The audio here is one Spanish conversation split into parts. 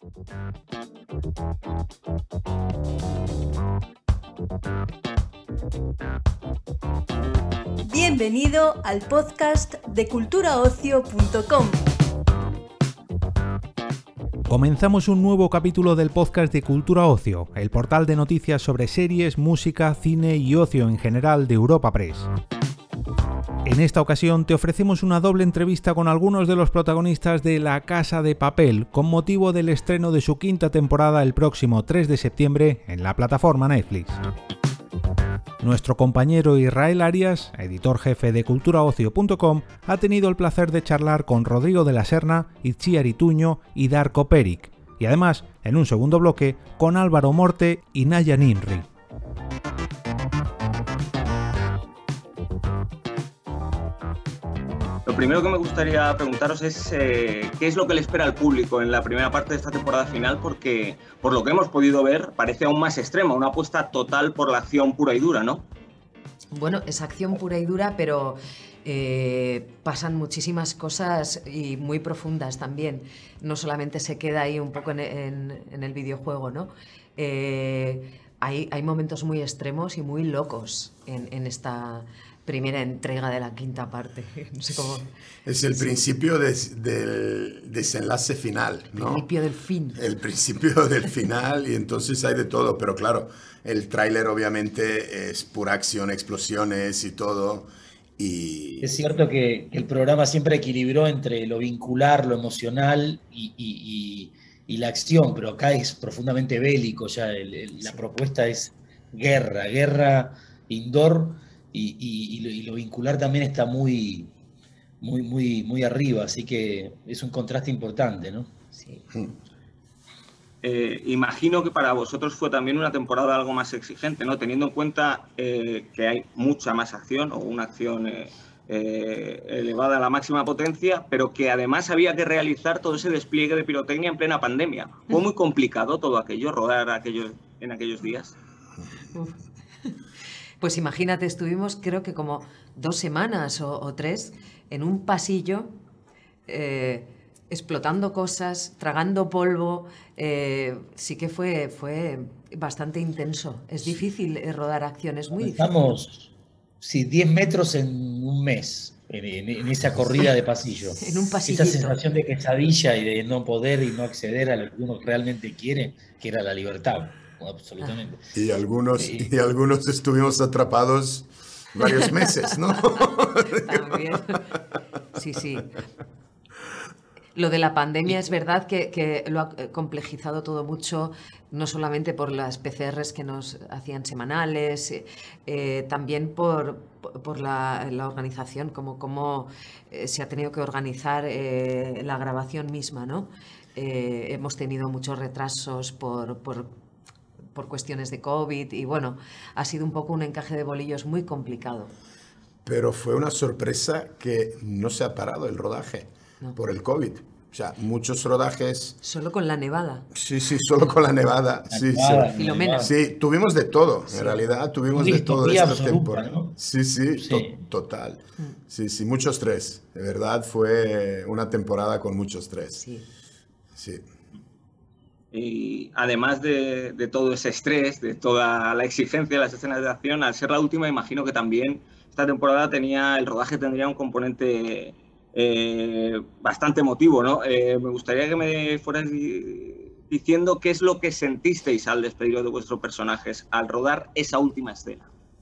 Bienvenido al podcast de culturaocio.com. Comenzamos un nuevo capítulo del podcast de Cultura Ocio, el portal de noticias sobre series, música, cine y ocio en general de Europa Press. En esta ocasión te ofrecemos una doble entrevista con algunos de los protagonistas de La Casa de Papel, con motivo del estreno de su quinta temporada el próximo 3 de septiembre en la plataforma Netflix. Nuestro compañero Israel Arias, editor jefe de culturaocio.com, ha tenido el placer de charlar con Rodrigo de la Serna, Itziar Ituño y Darko Peric, y además, en un segundo bloque, con Álvaro Morte y Naya Ninri. Lo primero que me gustaría preguntaros es qué es lo que le espera al público en la primera parte de esta temporada final, porque por lo que hemos podido ver parece aún más extrema, una apuesta total por la acción pura y dura, ¿no? Bueno, es acción pura y dura, pero pasan muchísimas cosas y muy profundas también. No solamente se queda ahí un poco en el videojuego, ¿no? Hay momentos muy extremos y muy locos en esta primera entrega de la quinta parte. No sé cómo. Es el principio del desenlace final, ¿no? El principio del fin. El principio del final, y entonces hay de todo, pero claro, el tráiler obviamente es pura acción, explosiones y todo. Y es cierto que el programa siempre equilibró entre lo vincular, lo emocional y la acción, pero acá es profundamente bélico, ya la propuesta es guerra indoor. Y lo vincular también está muy arriba, así que es un contraste importante, ¿no? Sí. Imagino que para vosotros fue también una temporada algo más exigente, ¿no? Teniendo en cuenta que hay mucha más acción, o una acción elevada a la máxima potencia, pero que además había que realizar todo ese despliegue de pirotecnia en plena pandemia. ¿Fue muy complicado todo aquello, rodar en aquellos días? Uf. Pues imagínate, estuvimos creo que como 2 semanas o 3 en un pasillo explotando cosas, tragando polvo. Sí que fue bastante intenso. Es difícil rodar acciones, muy difícil. Estamos 10 metros en un mes en esa corrida de pasillo. En un pasillito. Esa sensación de pesadilla y de no poder y no acceder a lo que uno realmente quiere, que era la libertad. Absolutamente. Y algunos estuvimos atrapados varios meses, ¿no? También. Sí. Lo de la pandemia es verdad que lo ha complejizado todo mucho, no solamente por las PCRs que nos hacían semanales, también por la organización, cómo se ha tenido que organizar la grabación misma, ¿no? Hemos tenido muchos retrasos por cuestiones de COVID y bueno, ha sido un poco un encaje de bolillos muy complicado. Pero fue una sorpresa que no se ha parado el rodaje por el COVID. O sea, muchos rodajes... Solo con la nevada. Sí, solo con la nevada. Sí. Filomena. Sí, tuvimos de todo. En realidad tuvimos de todo esta temporada, ¿no? Sí. Total. Sí, mucho estrés. De verdad fue una temporada con mucho estrés. Sí. Y además de todo ese estrés, de toda la exigencia de las escenas de acción, al ser la última, imagino que también esta temporada el rodaje tendría un componente bastante emotivo, ¿no? Me gustaría que me fueras diciendo qué es lo que sentisteis al despediros de vuestros personajes, al rodar esa última escena.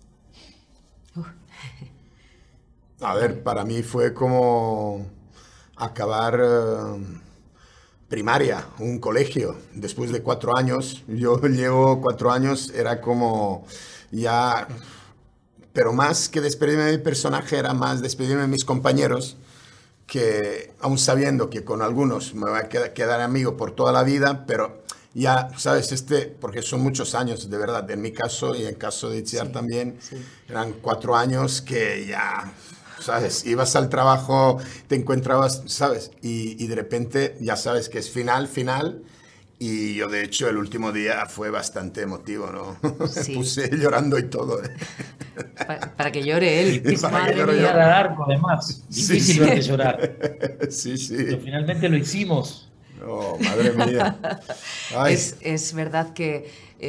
A ver, para mí fue como acabar... primaria, un colegio, después de 4 años. Yo llevo 4 años, era como ya... Pero más que despedirme de mi personaje, era más despedirme de mis compañeros, que aún sabiendo que con algunos me voy a quedar amigo por toda la vida, pero ya, ¿sabes? Porque son muchos años, de verdad, en mi caso y en el caso de Itziar también, eran 4 años que ya... ¿Sabes? Ibas al trabajo, te encontrabas, ¿sabes? Y de repente ya sabes que es final. Y yo, de hecho, el último día fue bastante emotivo, ¿no? Sí. Me puse llorando y todo. Para que llore él. Madre mía, Darko, además. Difícil verte llorar. Sí. Pero finalmente lo hicimos. Oh, madre mía. Ay. Es verdad que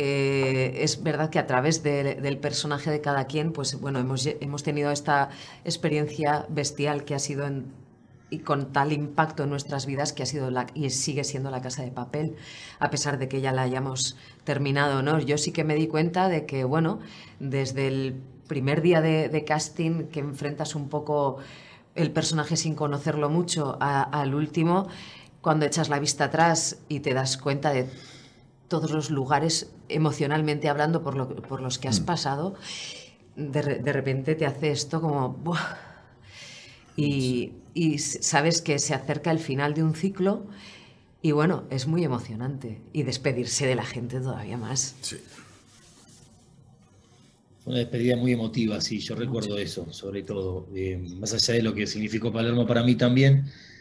a través del personaje de cada quien, pues bueno, hemos tenido esta experiencia bestial que ha sido y con tal impacto en nuestras vidas que ha sido y sigue siendo La Casa de Papel, a pesar de que ya la hayamos terminado, ¿no? Yo sí que me di cuenta de que, bueno, desde el primer día de casting, que enfrentas un poco el personaje sin conocerlo mucho, al último, cuando echas la vista atrás y te das cuenta de todos los lugares, emocionalmente hablando, por los que has pasado, de repente te hace esto como... ¡buah! Y sabes que se acerca el final de un ciclo y bueno, es muy emocionante. Y despedirse de la gente todavía más. Sí. Fue una despedida muy emotiva, sí, yo recuerdo eso, sobre todo. Más allá de lo que significó Palermo para mí también,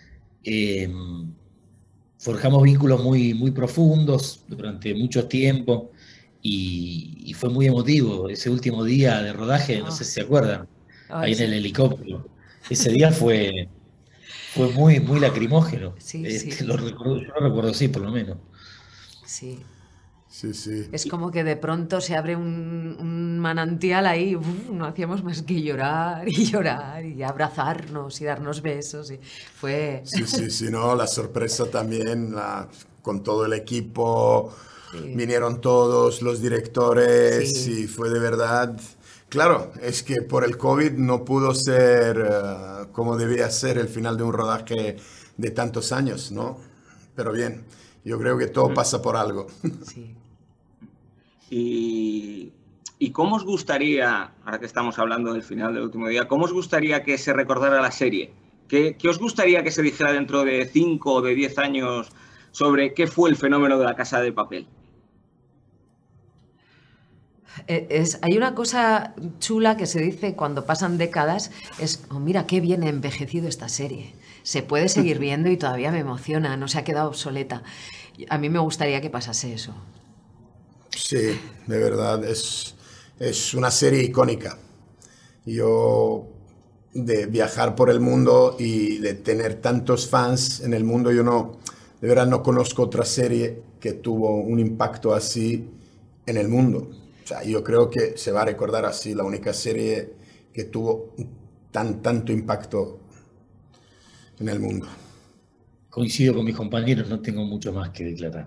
forjamos vínculos muy, muy profundos durante mucho tiempo y fue muy emotivo. Ese último día de rodaje, no sé si se acuerdan, ahí en el helicóptero. Ese día fue muy, muy lacrimógeno. Sí, sí. Yo lo recuerdo así, por lo menos. Sí. Sí, sí. Es como que de pronto se abre un manantial ahí, no hacíamos más que llorar y abrazarnos y darnos besos. Y fue... Sí, no, la sorpresa también, con todo el equipo, vinieron todos los directores y fue de verdad... Claro, es que por el COVID no pudo ser como debía ser el final de un rodaje de tantos años, ¿no? Pero bien, yo creo que todo pasa por algo. Sí. ¿Y cómo os gustaría, ahora que estamos hablando del final del último día, cómo os gustaría que se recordara la serie? ¿Qué os gustaría que se dijera dentro de 5 o de 10 años sobre qué fue el fenómeno de La Casa de Papel? Hay una cosa chula que se dice cuando pasan décadas, mira qué bien ha envejecido esta serie. Se puede seguir viendo y todavía me emociona, no se ha quedado obsoleta. A mí me gustaría que pasase eso. Sí, de verdad, es una serie icónica. Yo, de viajar por el mundo y de tener tantos fans en el mundo, de verdad no conozco otra serie que tuvo un impacto así en el mundo. O sea, yo creo que se va a recordar así, la única serie que tuvo tanto impacto en el mundo. Coincido con mis compañeros, no tengo mucho más que declarar.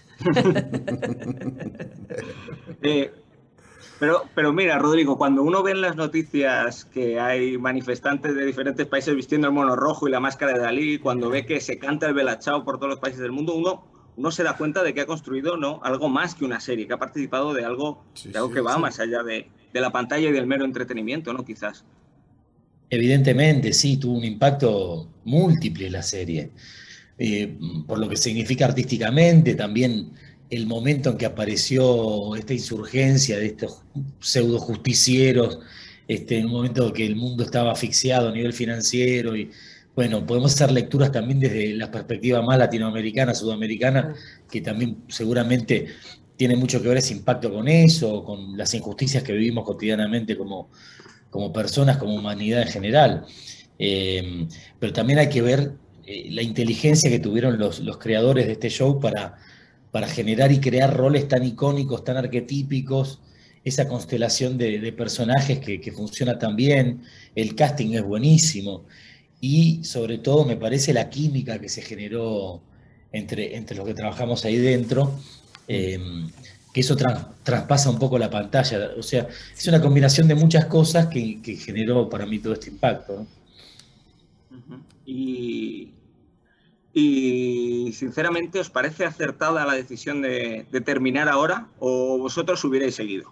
Pero mira, Rodrigo, cuando uno ve en las noticias que hay manifestantes de diferentes países vistiendo el mono rojo y la máscara de Dalí, cuando ve que se canta el Bella Ciao por todos los países del mundo, uno se da cuenta de que ha construido algo más que una serie, que ha participado de algo que va más allá de la pantalla y del mero entretenimiento, ¿no? Quizás. Evidentemente, sí, tuvo un impacto múltiple la serie, por lo que significa artísticamente, también el momento en que apareció esta insurgencia de estos pseudo justicieros, en un momento que el mundo estaba asfixiado a nivel financiero y bueno, podemos hacer lecturas también desde la perspectiva más latinoamericana, sudamericana, que también seguramente tiene mucho que ver ese impacto con eso, con las injusticias que vivimos cotidianamente como personas, como humanidad en general. Pero también hay que ver la inteligencia que tuvieron los creadores de este show para generar y crear roles tan icónicos, tan arquetípicos, esa constelación de personajes que funciona tan bien, el casting es buenísimo. Y sobre todo me parece la química que se generó entre los que trabajamos ahí dentro, que eso traspasa un poco la pantalla. O sea, es una combinación de muchas cosas que generó para mí todo este impacto, ¿no? Y sinceramente, ¿os parece acertada la decisión de terminar ahora o vosotros hubierais seguido?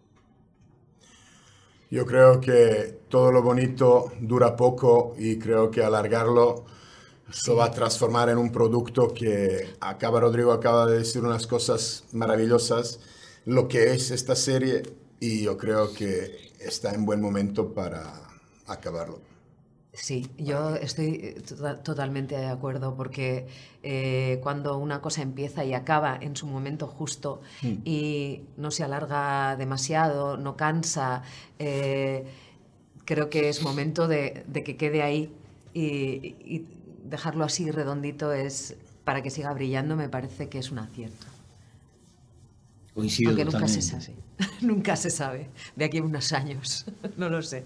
Yo creo que todo lo bonito dura poco y creo que alargarlo se va a transformar en un producto que Rodrigo acaba de decir unas cosas maravillosas, lo que es esta serie, y yo creo que está en buen momento para acabarlo. Sí, yo estoy totalmente de acuerdo porque cuando una cosa empieza y acaba en su momento justo y no se alarga demasiado, no cansa, creo que es momento de que quede ahí y dejarlo así redondito para que siga brillando me parece que es un acierto. Coincido Aunque totalmente. nunca se sabe. Nunca se sabe. De aquí a unos años. No lo sé.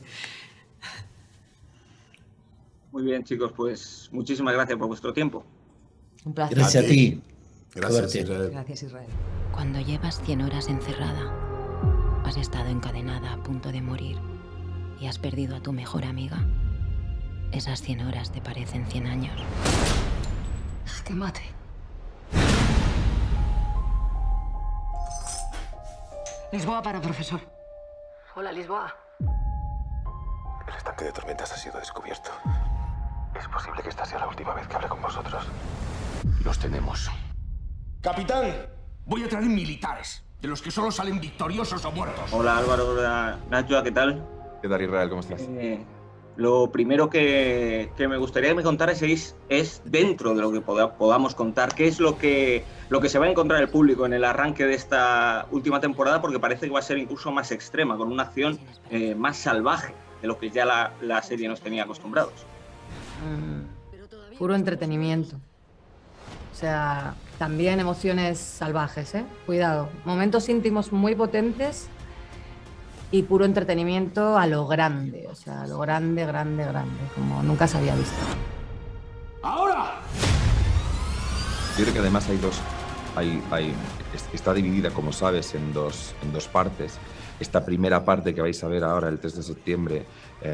Muy bien, chicos, pues muchísimas gracias por vuestro tiempo. Un placer. Gracias a ti. Gracias, Suerte. Israel. Gracias, Israel. Cuando llevas 100 horas encerrada, has estado encadenada a punto de morir y has perdido a tu mejor amiga, esas 100 horas te parecen 100 años. Que mate. Lisboa para profesor. Hola, Lisboa. El estanque de tormentas ha sido descubierto. Es posible que esta sea la última vez que hable con vosotros. Los tenemos. Capitán, voy a traer militares, de los que solo salen victoriosos o muertos. Hola Álvaro, hola Najwa, ¿qué tal? ¿Qué tal, Israel? ¿Cómo estás? Lo primero que me gustaría que me contarais es dentro de lo que podamos contar, qué es lo que se va a encontrar el público en el arranque de esta última temporada, porque parece que va a ser incluso más extrema, con una acción más salvaje de lo que ya la serie nos tenía acostumbrados. Puro entretenimiento. O sea, también emociones salvajes, ¿eh? Cuidado. Momentos íntimos muy potentes y puro entretenimiento a lo grande. O sea, a lo grande, grande, grande. Como nunca se había visto. ¡Ahora! Yo creo que además está dividida, como sabes, en dos partes. Esta primera parte que vais a ver ahora, el 3 de septiembre,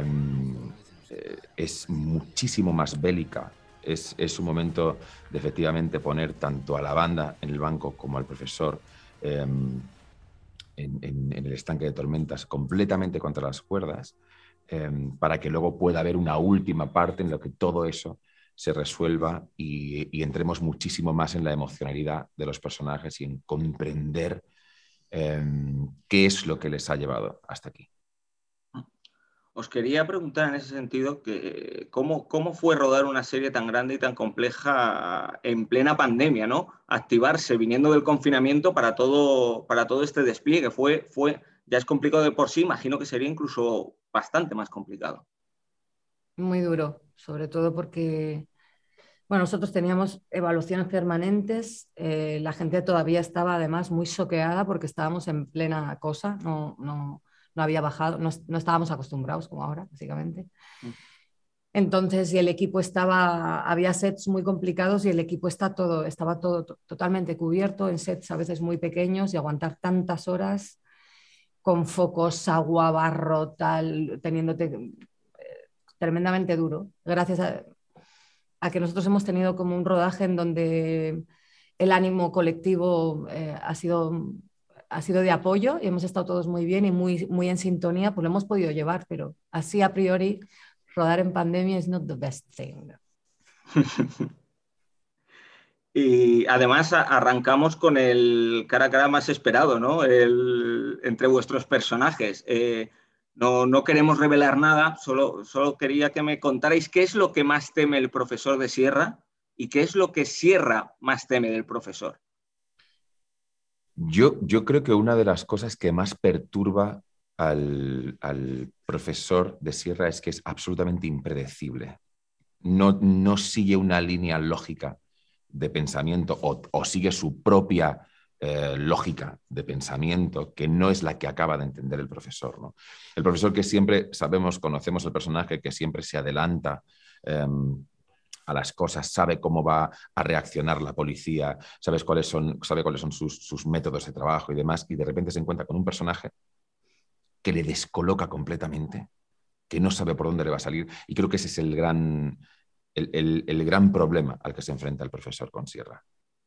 es muchísimo más bélica. Es un momento de efectivamente poner tanto a la banda en el banco como al profesor en el estanque de tormentas completamente contra las cuerdas, para que luego pueda haber una última parte en la que todo eso se resuelva y entremos muchísimo más en la emocionalidad de los personajes y en comprender qué es lo que les ha llevado hasta aquí. Os quería preguntar en ese sentido que cómo fue rodar una serie tan grande y tan compleja en plena pandemia, ¿no? Activarse viniendo del confinamiento para todo este despliegue. Ya es complicado de por sí, imagino que sería incluso bastante más complicado. Muy duro, sobre todo porque, bueno, nosotros teníamos evaluaciones permanentes, la gente todavía estaba además muy choqueada porque estábamos en plena cosa, no había bajado, no estábamos acostumbrados como ahora, básicamente. Entonces, y el equipo había sets muy complicados y el equipo estaba todo totalmente cubierto en sets a veces muy pequeños y aguantar tantas horas con focos, agua, barro, tal, teniéndote tremendamente duro. Gracias a que nosotros hemos tenido como un rodaje en donde el ánimo colectivo ha sido de apoyo y hemos estado todos muy bien y muy en sintonía, pues lo hemos podido llevar, pero así a priori rodar en pandemia is not the best thing. Y además arrancamos con el cara a cara más esperado, ¿no? Entre vuestros personajes. No queremos revelar nada, solo quería que me contarais qué es lo que más teme el profesor de Sierra y qué es lo que Sierra más teme del profesor. Yo creo que una de las cosas que más perturba al profesor de Sierra es que es absolutamente impredecible. No sigue una línea lógica de pensamiento o sigue su propia lógica de pensamiento, que no es la que acaba de entender el profesor, ¿no? El profesor que siempre conocemos el personaje que siempre se adelanta a las cosas, sabe cómo va a reaccionar la policía, sabe cuáles son sus métodos de trabajo y demás, y de repente se encuentra con un personaje que le descoloca completamente, que no sabe por dónde le va a salir, y creo que ese es el gran problema al que se enfrenta el profesor con Sierra.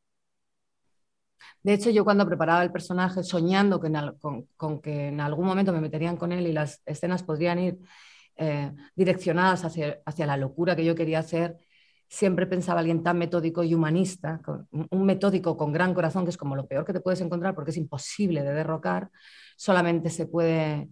De hecho, yo cuando preparaba el personaje, soñando con que en algún momento me meterían con él y las escenas podrían ir direccionadas hacia la locura que yo quería hacer, siempre pensaba alguien tan metódico y humanista, un metódico con gran corazón, que es como lo peor que te puedes encontrar porque es imposible de derrocar. Solamente se puede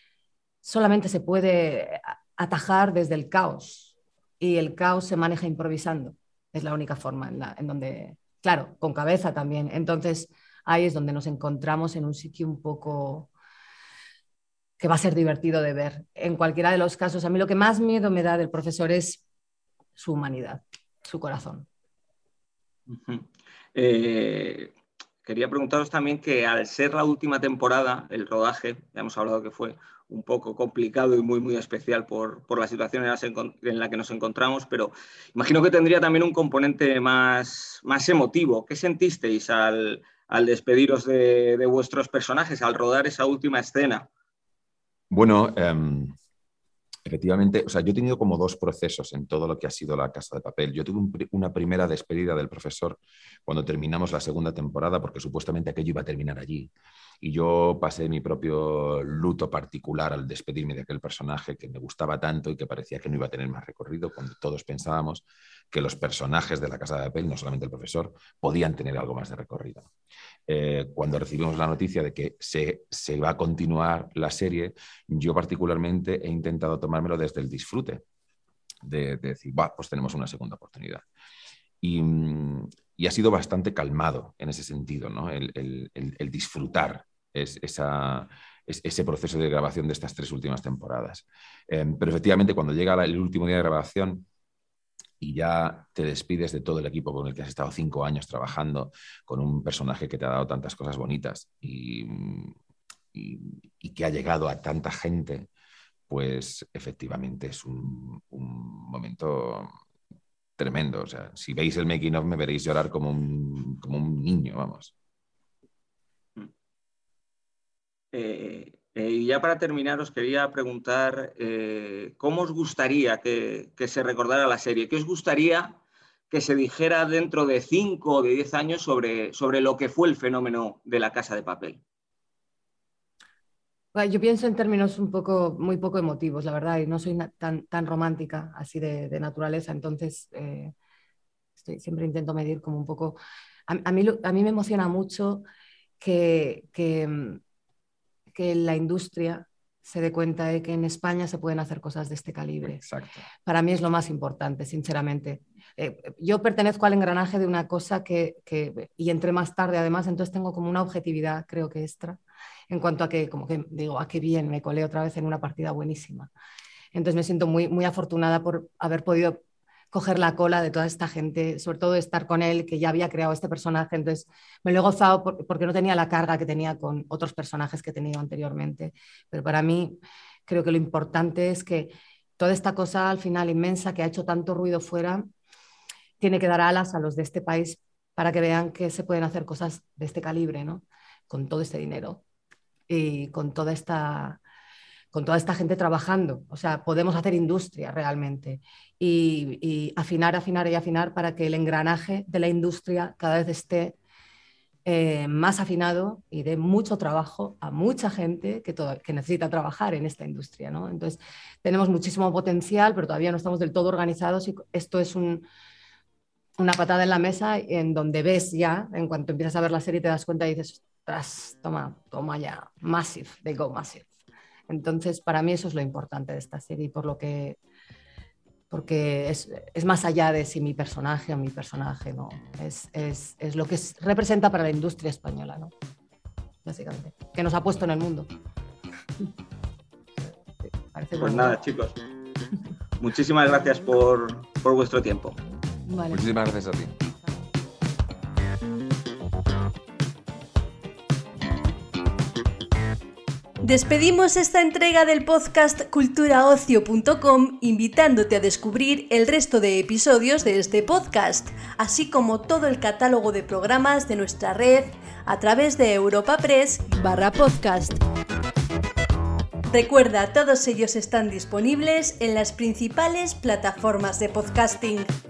atajar desde el caos, y el caos se maneja improvisando. Es la única forma en donde, claro, con cabeza también. Entonces ahí es donde nos encontramos en un sitio un poco que va a ser divertido de ver. En cualquiera de los casos, a mí lo que más miedo me da del profesor es su humanidad, su corazón. Quería preguntaros también que al ser la última temporada, el rodaje, ya hemos hablado que fue un poco complicado y muy, muy especial por la situación en la que nos encontramos, pero imagino que tendría también un componente más emotivo. ¿Qué sentisteis al despediros de vuestros personajes, al rodar esa última escena? Bueno, efectivamente, o sea, yo he tenido como dos procesos en todo lo que ha sido La Casa de Papel. Yo tuve una primera despedida del profesor cuando terminamos la segunda temporada, porque supuestamente aquello iba a terminar allí. Y yo pasé mi propio luto particular al despedirme de aquel personaje que me gustaba tanto y que parecía que no iba a tener más recorrido, cuando todos pensábamos que los personajes de La Casa de Papel, no solamente el profesor, podían tener algo más de recorrido. Cuando recibimos la noticia de que se va a continuar la serie, yo particularmente he intentado tomármelo desde el disfrute, de decir, pues tenemos una segunda oportunidad. Y ha sido bastante calmado en ese sentido, ¿no? El disfrutar ese proceso de grabación de estas 3 últimas temporadas. Pero efectivamente, cuando llega el último día de grabación y ya te despides de todo el equipo con el que has estado 5 años trabajando, con un personaje que te ha dado tantas cosas bonitas y que ha llegado a tanta gente, pues efectivamente es un momento tremendo. O sea, si veis el making of me veréis llorar como un niño, vamos. Y ya para terminar os quería preguntar ¿cómo os gustaría que se recordara la serie? ¿Qué os gustaría que se dijera dentro de 5 o de 10 años sobre lo que fue el fenómeno de La Casa de Papel? Yo pienso en términos muy poco emotivos, la verdad, y no soy tan romántica así de naturaleza, entonces siempre intento medir como un poco. A mí me emociona mucho que la industria se dé cuenta de que en España se pueden hacer cosas de este calibre. Exacto. Para mí es lo más importante, sinceramente. Yo pertenezco al engranaje de una cosa y entré más tarde además, entonces tengo como una objetividad, creo que extra, en cuanto a que, como que digo, qué bien, me colé otra vez en una partida buenísima. Entonces me siento muy, muy afortunada por haber podido coger la cola de toda esta gente, sobre todo de estar con él, que ya había creado este personaje, entonces me lo he gozado porque no tenía la carga que tenía con otros personajes que he tenido anteriormente. Pero para mí creo que lo importante es que toda esta cosa al final inmensa que ha hecho tanto ruido fuera, tiene que dar alas a los de este país para que vean que se pueden hacer cosas de este calibre, ¿no? Con todo este dinero y con toda esta gente trabajando. O sea, podemos hacer industria realmente y afinar para que el engranaje de la industria cada vez esté más afinado y dé mucho trabajo a mucha gente que necesita trabajar en esta industria, ¿no? Entonces, tenemos muchísimo potencial, pero todavía no estamos del todo organizados y esto es una patada en la mesa en donde ves ya, en cuanto empiezas a ver la serie te das cuenta y dices, ostras, toma ya, massive, they go massive. Entonces, para mí eso es lo importante de esta serie, porque es más allá de si mi personaje o mi personaje, ¿no? Es lo que representa para la industria española, ¿no? Básicamente, que nos ha puesto en el mundo. Pues nada, chicos, muchísimas gracias por vuestro tiempo. Vale. Muchísimas gracias a ti. Despedimos esta entrega del podcast culturaocio.com invitándote a descubrir el resto de episodios de este podcast, así como todo el catálogo de programas de nuestra red a través de europapress/podcast. Recuerda, todos ellos están disponibles en las principales plataformas de podcasting.